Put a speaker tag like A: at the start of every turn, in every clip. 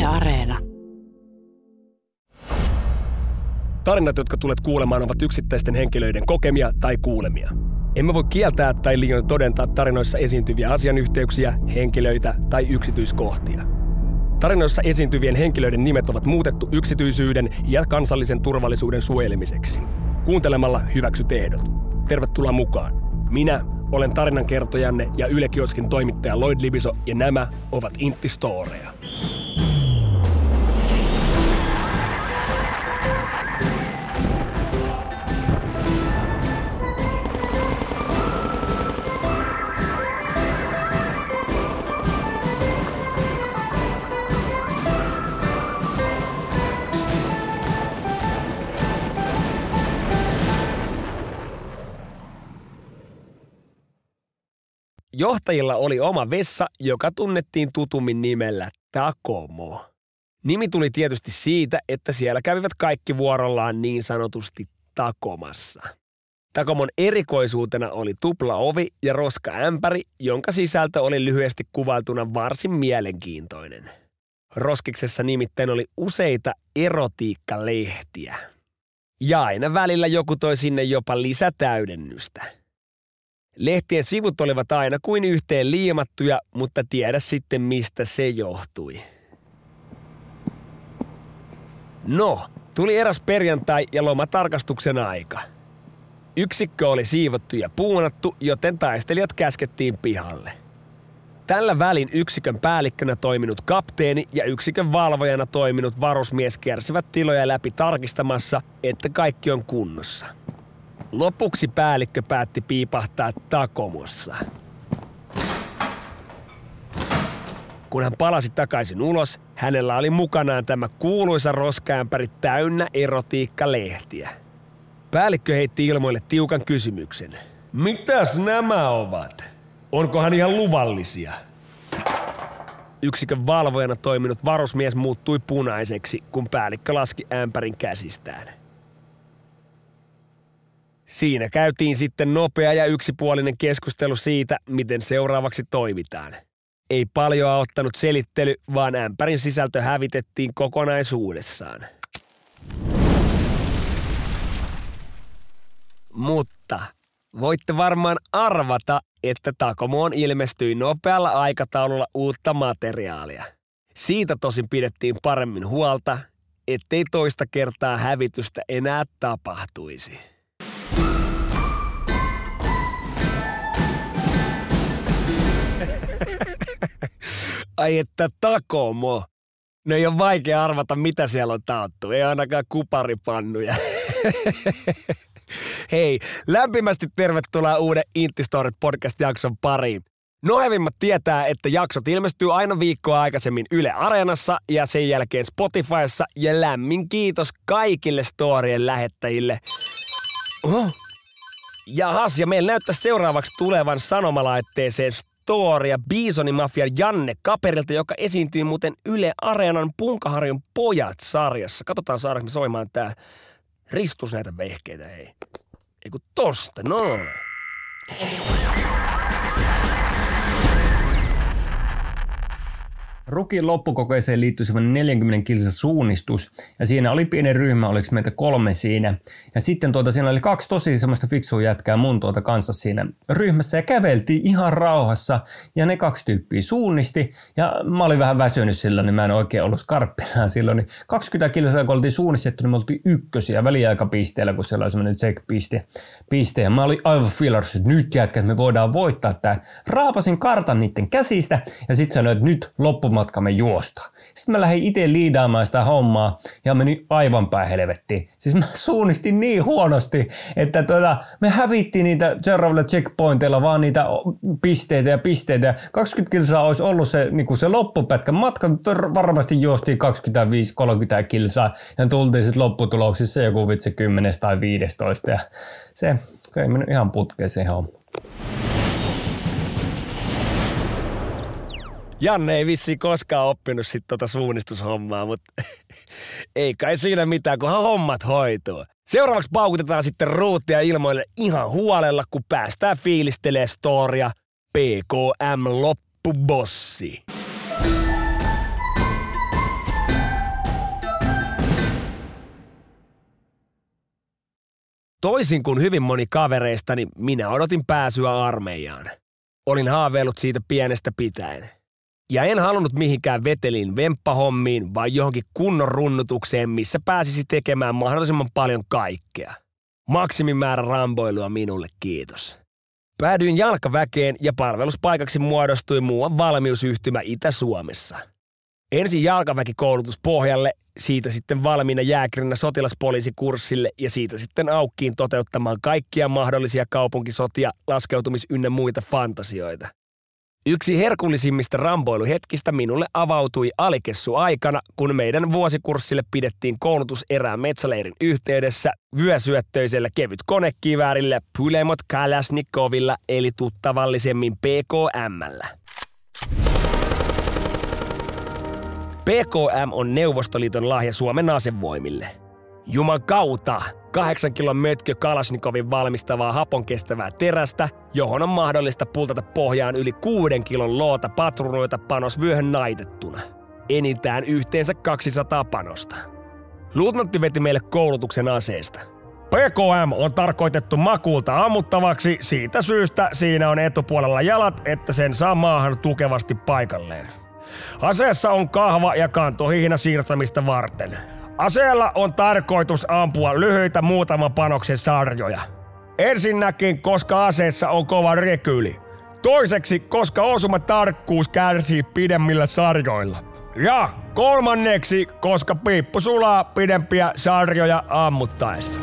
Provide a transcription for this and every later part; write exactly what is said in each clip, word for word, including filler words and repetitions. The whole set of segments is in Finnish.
A: Yle Areena.
B: Tarinat, jotka tulet kuulemaan, ovat yksittäisten henkilöiden kokemia tai kuulemia. Emme voi kieltää tai liioin todentaa tarinoissa esiintyviä asianyhteyksiä, henkilöitä tai yksityiskohtia. Tarinoissa esiintyvien henkilöiden nimet ovat muutettu yksityisyyden ja kansallisen turvallisuuden suojelemiseksi. Kuuntelemalla hyväksyt ehdot. Tervetuloa mukaan. Minä olen tarinankertojanne ja Yle Kioskin toimittaja Lloyd Libiso ja nämä ovat Intti Storeja. Johtajilla oli oma vessa, joka tunnettiin tutummin nimellä Takomo. Nimi tuli tietysti siitä, että siellä kävivät kaikki vuorollaan niin sanotusti takomassa. Takomon erikoisuutena oli tupla ovi ja roskaämpäri, jonka sisältö oli lyhyesti kuvailtuna varsin mielenkiintoinen. Roskiksessa nimittäin oli useita erotiikkalehtiä. Ja aina välillä joku toi sinne jopa lisätäydennystä. Lehtien sivut olivat aina kuin yhteen liimattuja, mutta tiedä sitten mistä se johtui. No, tuli eräs perjantai ja lomatarkastuksen aika. Yksikkö oli siivottu ja puunattu, joten taistelijat käskettiin pihalle. Tällä välin yksikön päällikkönä toiminut kapteeni ja yksikön valvojana toiminut varusmies kersivät tiloja läpi tarkistamassa, että kaikki on kunnossa. Lopuksi päällikkö päätti piipahtaa Takomossa. Kun hän palasi takaisin ulos, hänellä oli mukanaan tämä kuuluisa roskaämpäri täynnä erotiikkalehtiä. Päällikkö heitti ilmoille tiukan kysymyksen. Mitäs nämä ovat? Onkohan ihan luvallisia? Yksikön valvojana toiminut varusmies muuttui punaiseksi, kun päällikkö laski ämpärin käsistään. Siinä käytiin sitten nopea ja yksipuolinen keskustelu siitä, miten seuraavaksi toimitaan. Ei paljon ottanut selittely, vaan ämpärin sisältö hävitettiin kokonaisuudessaan. Mutta voitte varmaan arvata, että Takomoon ilmestyi nopealla aikataululla uutta materiaalia. Siitä tosin pidettiin paremmin huolta, ettei toista kertaa hävitystä enää tapahtuisi. Ai että Takomo. No ei ole vaikea arvata, mitä siellä on taottu. Ei ainakaan kuparipannuja. Hei, lämpimästi tervetuloa uuden Intti Storet podcast-jakson pariin. Nohevimmat tietää, että jaksot ilmestyy aina viikkoa aikaisemmin Yle Areenassa ja sen jälkeen Spotifyssa. Ja lämmin kiitos kaikille storien lähettäjille. Oho. Jahas, ja meillä näyttää seuraavaksi tulevan sanomalaitteeseen storia Bisonin mafian Janne Kaperilta, joka esiintyi muuten Yle Areenan Punkaharjun pojat-sarjassa. Katsotaan saadaanko me soimaan tää ristus näitä vehkeitä, hei. Eiku tosta, no.
C: Rukin loppukokeeseen liittyi semmoinen neljänkymmenen kilsan suunnistus ja siinä oli pieni ryhmä, oliko meitä kolme siinä. Ja sitten tuota, siinä oli kaksi tosi semmoista fiksua jätkää mun tuota kanssa siinä ryhmässä ja käveltiin ihan rauhassa ja ne kaksi tyyppiä suunnisti ja mä olin vähän väsynyt silloin, niin mä en oikein ollut skarppinaan silloin. Niin kaksikymmentä kilsaa kun oltiin suunnistettu, niin me oltiin ykkösiä väliaikapisteellä, kun siellä oli semmoinen check-piste. Piste. Ja mä olin aivan filarissa, että nyt jätkä, että me voidaan voittaa tää. Raapasin kartan niiden käsistä ja sitten sanoin, että nyt loppu matkamme juosta. Sitten mä lähdin itse liidaamaan sitä hommaa ja meni aivan päin helvettiin. Siis mä suunnistin niin huonosti, että tuota, me hävittiin niitä seuraavilla checkpointeilla vaan niitä pisteitä ja pisteitä. kaksikymmentä kilsaa olisi ollut se, niin kuin se loppupätkä. Matka varmasti juostiin kaksikymmentäviisi kolmekymmentä kilsaa ja tultiin sitten lopputuloksissa joku vitsi kymmenen tai viisitoista. Ja se ei mennyt ihan putkeen se homma.
B: Janne ei vissiin koskaan oppinut sit tota suunnistushommaa, mutta ei kai siinä mitään, kunhan hommat hoituu. Seuraavaksi paukutetaan sitten ruutia ilmoille ihan huolella, kun päästään fiilistelee storia P K M loppubossi. Toisin kuin hyvin moni kavereistani, minä odotin pääsyä armeijaan. Olin haaveillut siitä pienestä pitäen. Ja en halunnut mihinkään veteliin vemppahommiin, vaan johonkin kunnon runnutukseen, missä pääsisi tekemään mahdollisimman paljon kaikkea. Maksimimäärä ramboilua minulle, kiitos. Päädyin jalkaväkeen ja palveluspaikaksi muodostui muuan valmiusyhtymä Itä-Suomessa. Ensin jalkaväkikoulutus pohjalle, siitä sitten valmiina jääkärinä sotilaspoliisikurssille ja siitä sitten aukkiin toteuttamaan kaikkia mahdollisia kaupunkisotia, laskeutumis ynnä muita fantasioita. Yksi herkullisimmista ramboiluhetkistä minulle avautui alikessu aikana, kun meidän vuosikurssille pidettiin koulutus erään metsäleirin yhteydessä vyösyöttöisellä kevyt konekiväärillä Pulemot Kalashnikovilla eli tuttavallisemmin P K M:llä. P K M on Neuvostoliiton lahja Suomen asevoimille. Juman kautta kahdeksan kilon mötkö Kalashnikovin valmistavaa hapon kestävää terästä, johon on mahdollista pultata pohjaan yli kuuden kilon loota patruunoita panosvyöhön naitettuna. Enintään yhteensä kaksisataa panosta. Luutnantti veti meille koulutuksen aseesta. P K M on tarkoitettu makuulta ammuttavaksi, siitä syystä siinä on etupuolella jalat, että sen saa maahan tukevasti paikalleen. Aseessa on kahva ja kantohihna siirtämistä varten. Aseella on tarkoitus ampua lyhyitä muutaman panoksen sarjoja. Ensinnäkin, koska aseessa on kova rekyli. Toiseksi, koska osumatarkkuus kärsii pidemmillä sarjoilla. Ja kolmanneksi, koska piippu sulaa pidempiä sarjoja ammuttaessa.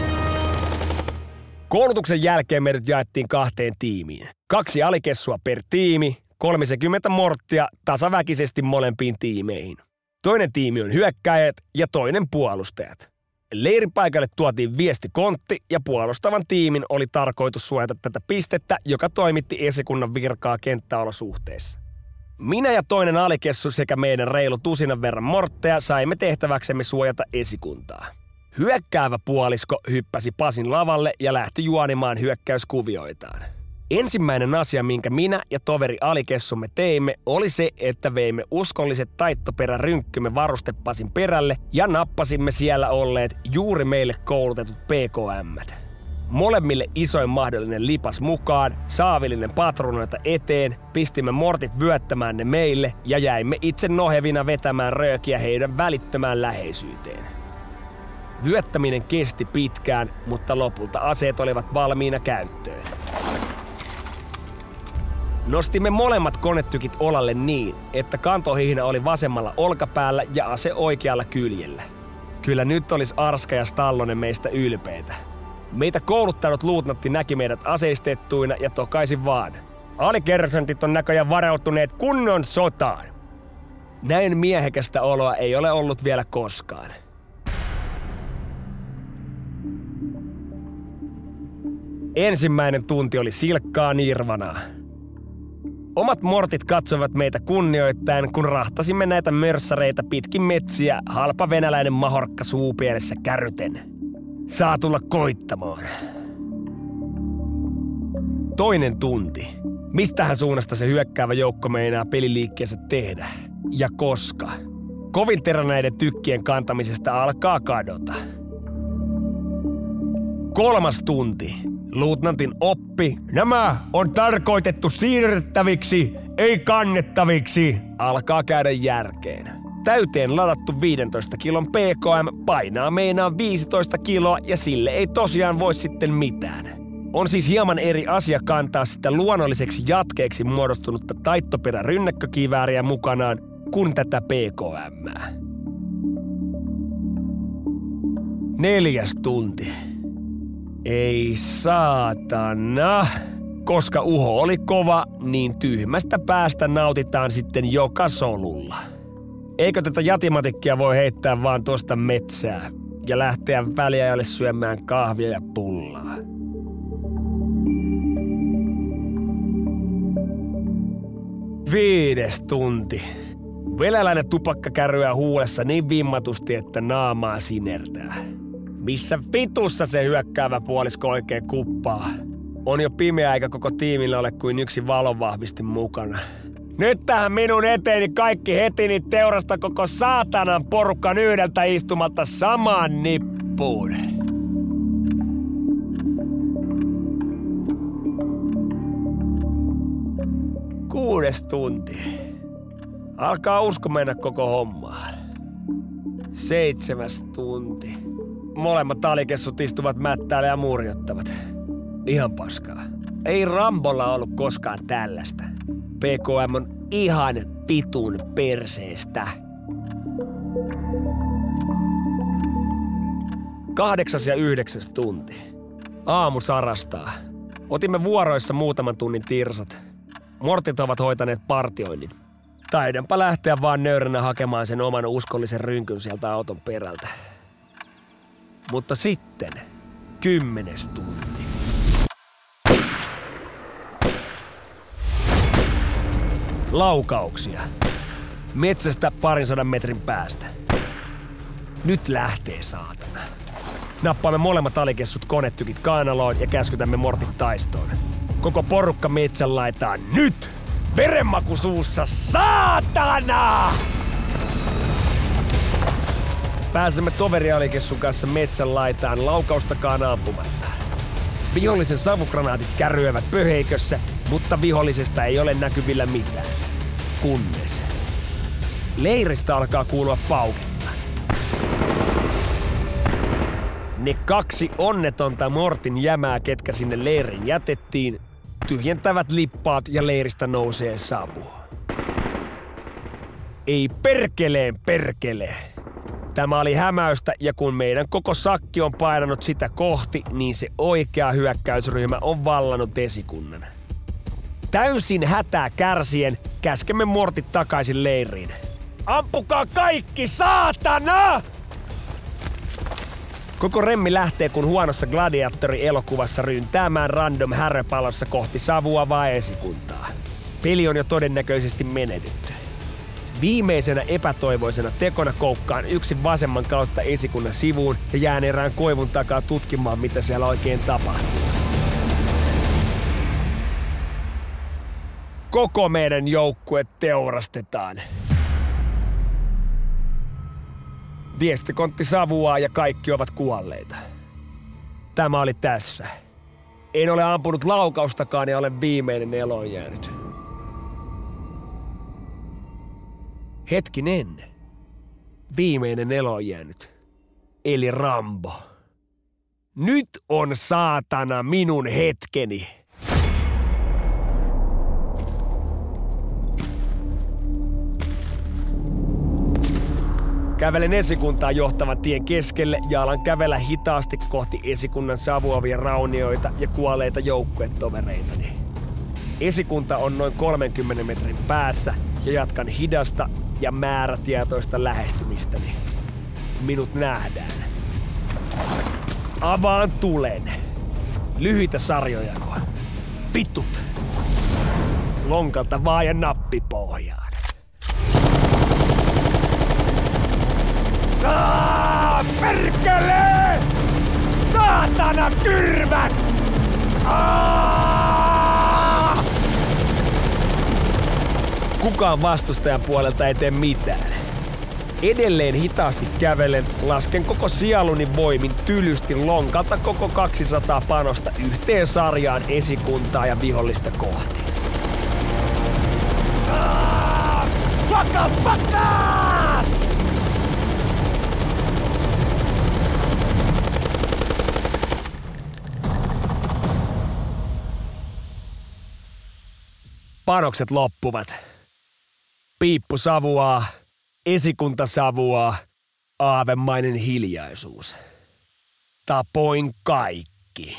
B: Koulutuksen jälkeen meidät jaettiin kahteen tiimiin. Kaksi alikessua per tiimi, kolmekymmentä morttia tasaväkisesti molempiin tiimeihin. Toinen tiimi on hyökkäjät ja toinen puolustajat. Leiripaikalle tuotiin viestikontti ja puolustavan tiimin oli tarkoitus suojata tätä pistettä, joka toimitti esikunnan virkaa kenttäolosuhteissa. Minä ja toinen alikessu sekä meidän reilu tusinan verran mortteja saimme tehtäväksemme suojata esikuntaa. Hyökkäävä puolisko hyppäsi Pasin lavalle ja lähti juonimaan hyökkäyskuvioitaan. Ensimmäinen asia, minkä minä ja toveri alikessumme teimme, oli se, että veimme uskolliset taittoperärynkkymme varustepasin perälle ja nappasimme siellä olleet juuri meille koulutetut P K M:t. Molemmille isoin mahdollinen lipas mukaan, saavillinen patruunoita eteen, pistimme mortit vyöttämään ne meille ja jäimme itse nohevina vetämään röökiä heidän välittömään läheisyyteen. Vyöttäminen kesti pitkään, mutta lopulta aseet olivat valmiina käyttöön. Nostimme molemmat konetykit olalle niin, että kantohihna oli vasemmalla olkapäällä ja ase oikealla kyljellä. Kyllä nyt olisi Arska ja Stallonen meistä ylpeitä. Meitä kouluttanut luutnantti näki meidät aseistettuina ja tokaisi vaan. Alikersantit on näköjään varautuneet kunnon sotaan. Näin miehekästä oloa ei ole ollut vielä koskaan. Ensimmäinen tunti oli silkkaa nirvanaa. Omat mortit katsovat meitä kunnioittaen, kun rahtasimme näitä mörssäreitä pitkin metsiä halpa venäläinen mahorkka suupielessä kärryten. Saa tulla koittamaan. Toinen tunti. Mistähän suunnasta se hyökkäävä joukko meinaa peliliikkeensä tehdä? Ja koska? Kovin terä näiden tykkien kantamisesta alkaa kadota. Kolmas tunti. Luutnantin oppi. Nämä on tarkoitettu siirrettäviksi, ei kannettaviksi. Alkaa käydä järkeen. Täyteen ladattu viidentoista kilon P K M painaa meinaa viisitoista kiloa ja sille ei tosiaan voi sitten mitään. On siis hieman eri asia kantaa sitä luonnolliseksi jatkeeksi muodostunutta taittoperärynnäkkökivääriä mukanaan kuin tätä P K M:ää. Neljäs tunti. Ei saatana. Koska uho oli kova, niin tyhmästä päästä nautitaan sitten joka solulla. Eikö tätä jatimatikkia voi heittää vaan tuosta metsää ja lähteä väliajalle syömään kahvia ja pullaa? Viides tunti. Venäläinen tupakka kärryää huulessa niin vimmatusti, että naamaa sinertää. Missä vitussa se hyökkäävä puolisko oikein kuppaa? On jo pimeä eikä koko tiimillä ole kuin yksi valonvahvistin mukana. Nyt tähän minun eteeni kaikki heti, niin teurasta koko saatanan porukkan yhdeltä istumalta samaan nippuun. Kuudes tunti. Alkaa usko mennä koko hommaan. Seitsemäs tunti. Molemmat talikessut istuvat mättäällä ja murjottavat. Ihan paskaa. Ei Rambolla ollut koskaan tällaista. P K M on ihan vitun perseestä. Kahdeksas ja yhdeksäs tunti. Aamu sarastaa. Otimme vuoroissa muutaman tunnin tirsat. Mortit ovat hoitaneet partioinnin. Taidanpa lähteä vaan nöyränä hakemaan sen oman uskollisen rynkyn sieltä auton perältä. Mutta sitten kymmenes tunti. Laukauksia. Metsästä parin sadan metrin päästä. Nyt lähtee saatana. Nappaamme molemmat alikessut konetykit kainaloon ja käskytämme mortit taistoon. Koko porukka metsän laitaan nyt! Verenmaku suussa, saatana! Pääsemme toverialikessun kanssa metsän laitaan laukaustakaan ampumatta. Vihollisen savukranaatit kärryävät pöheikössä, mutta vihollisesta ei ole näkyvillä mitään. Kunnes leiristä alkaa kuulua pauketta. Ne kaksi onnetonta Mortin jämää, ketkä sinne leirin jätettiin, tyhjentävät lippaat ja leiristä nousee savu. Ei perkeleen perkele. Tämä oli hämäystä ja kun meidän koko sakki on painanut sitä kohti, niin se oikea hyökkäysryhmä on vallannut esikunnan. Täysin hätää kärsien käskemme Mortit takaisin leiriin. Ampukaa kaikki, saatana! Koko remmi lähtee, kun huonossa Gladiatori-elokuvassa ryntäämään random häröpalossa kohti savuavaa esikuntaa. Peli on jo todennäköisesti menetetty. Viimeisenä epätoivoisena tekona koukkaan yksin vasemman kautta esikunnan sivuun ja jään erään koivun takaa tutkimaan, mitä siellä oikein tapahtuu. Koko meidän joukkue teurastetaan. Viestikontti savuaa ja kaikki ovat kuolleita. Tämä oli tässä. En ole ampunut laukaustakaan ja olen viimeinen eloon jäänyt. Hetkinen. Viimeinen eloon jäänyt. Eli Rambo. Nyt on saatana minun hetkeni. Kävelen esikuntaan johtavan tien keskelle ja alan kävellä hitaasti kohti esikunnan savuavia raunioita ja kuolleita joukkuetovereitani. Esikunta on noin kolmenkymmenen metrin päässä ja jatkan hidasta ja määrätietoista lähestymistäni. Minut nähdään. Avaan tulen. Lyhyitä sarjojako. Vitut. Lonkalta vaan ja nappipohjaan. Aa, perkele! Saatana kyrvät! Aa! Kukaan vastustajan puolelta ei tee mitään. Edelleen hitaasti kävelen, lasken koko sieluni voimin tylysti lonkalta koko kaksisataa panosta yhteen sarjaan esikuntaa ja vihollista kohti. Aa! Paka, pakas! Panokset loppuvat. Piippu savuaa, esikunta savuaa, aavemainen hiljaisuus. Tapoin kaikki.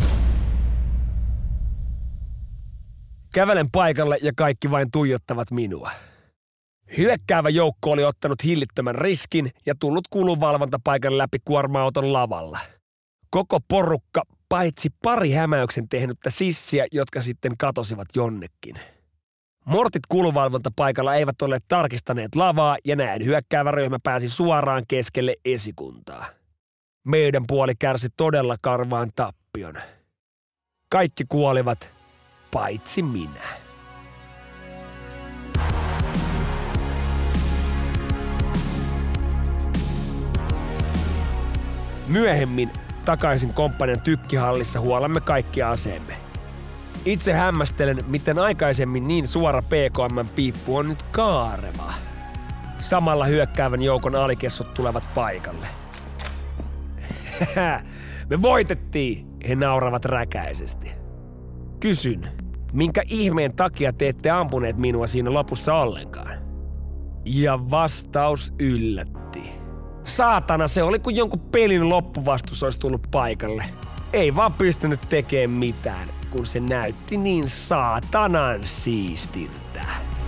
B: Kävelen paikalle ja kaikki vain tuijottavat minua. Hyökkäävä joukko oli ottanut hillittömän riskin ja tullut kulunvalvontapaikan läpi kuorma-auton lavalla. Koko porukka, paitsi pari hämäyksen tehnyttä sissiä, jotka sitten katosivat jonnekin. Mortit kulunvalvontapaikalla eivät olleet tarkistaneet lavaa ja näin hyökkäävä ryhmä pääsi suoraan keskelle esikuntaa. Meidän puoli kärsi todella karvaan tappion. Kaikki kuolivat, paitsi minä. Myöhemmin takaisin komppanian tykkihallissa huolamme kaikki aseemme. Itse hämmästelen, miten aikaisemmin niin suora P K M-piippu on nyt kaareva. Samalla hyökkäävän joukon alikessot tulevat paikalle. Me voitettiin, he nauravat räkäisesti. Kysyn, minkä ihmeen takia te ette ampuneet minua siinä lopussa ollenkaan? Ja vastaus yllätti. Saatana, se oli kuin jonkun pelin loppuvastus olisi tullut paikalle. Ei vaan pystynyt tekemään mitään, kun se näytti niin saatanan siistiltä.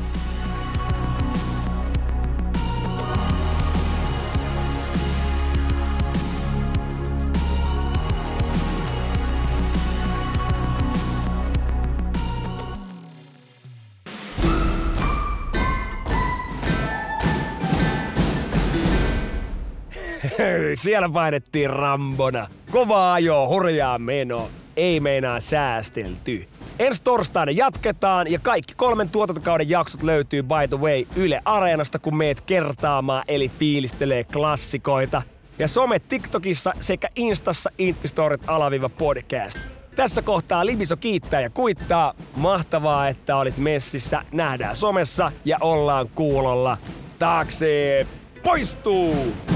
B: Siellä painettiin Rambona. Kovaa ajoa, hurjaa meno. Ei meinaa säästelty. Ensi torstaina jatketaan ja kaikki kolmen tuotantokauden jaksot löytyy by the way Yle Areenasta, kun meet kertaamaan eli fiilistelee klassikoita. Ja some TikTokissa sekä Instassa Intistorit alaviiva podcast. Tässä kohtaa Libiso kiittää ja kuittaa. Mahtavaa, että olit messissä. Nähdään somessa ja ollaan kuulolla. Taakse poistuu!